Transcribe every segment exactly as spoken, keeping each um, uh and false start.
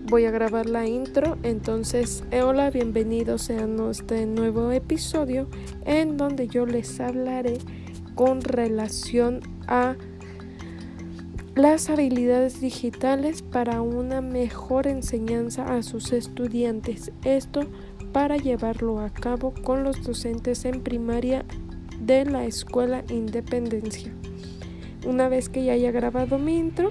voy a grabar la intro. Entonces, eh, hola, bienvenidos sean a este nuevo episodio en donde yo les hablaré con relación a las habilidades digitales para una mejor enseñanza a sus estudiantes. Esto para llevarlo a cabo con los docentes en primaria de la Escuela Independencia. Una vez que ya haya grabado mi intro,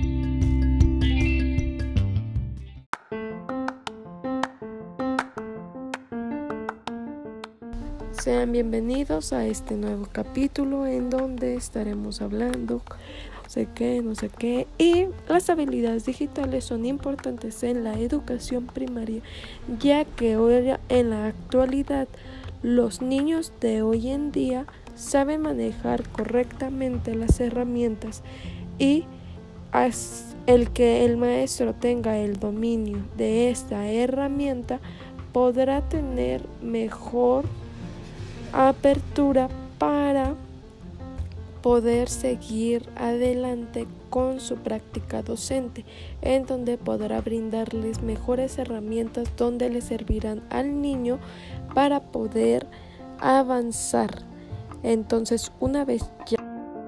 sean bienvenidos a este nuevo capítulo en donde estaremos hablando no sé qué, no sé qué. Y las habilidades digitales son importantes en la educación primaria, ya que hoy en la actualidad los niños de hoy en día saben manejar correctamente las herramientas y el que el maestro tenga el dominio de esta herramienta podrá tener mejor apertura para poder seguir adelante con su práctica docente, en donde podrá brindarles mejores herramientas donde le servirán al niño para poder avanzar. Entonces, una vez ya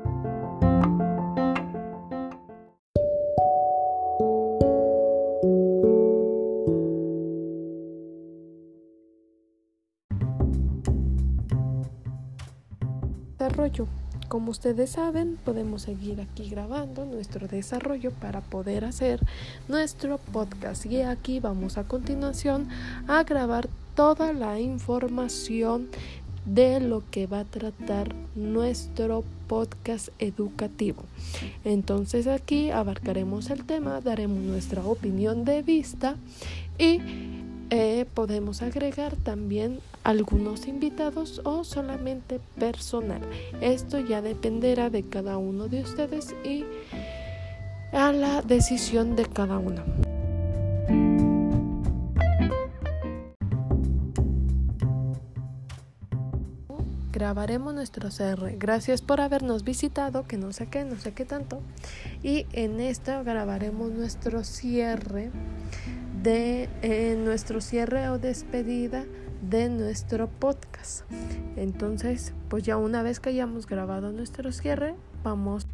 desarrollo. Como ustedes saben, podemos seguir aquí grabando nuestro desarrollo para poder hacer nuestro podcast. Y aquí vamos a continuación a grabar toda la información de lo que va a tratar nuestro podcast educativo. Entonces aquí abarcaremos el tema, daremos nuestra opinión de vista y Eh, podemos agregar también algunos invitados o solamente personal. Esto ya dependerá de cada uno de ustedes y a la decisión de cada uno. Grabaremos nuestro cierre. Gracias por habernos visitado, que no sé qué, no sé qué tanto. Y en esta grabaremos nuestro cierre de eh, nuestro cierre o despedida de nuestro podcast. Entonces, pues ya una vez que hayamos grabado nuestro cierre, vamos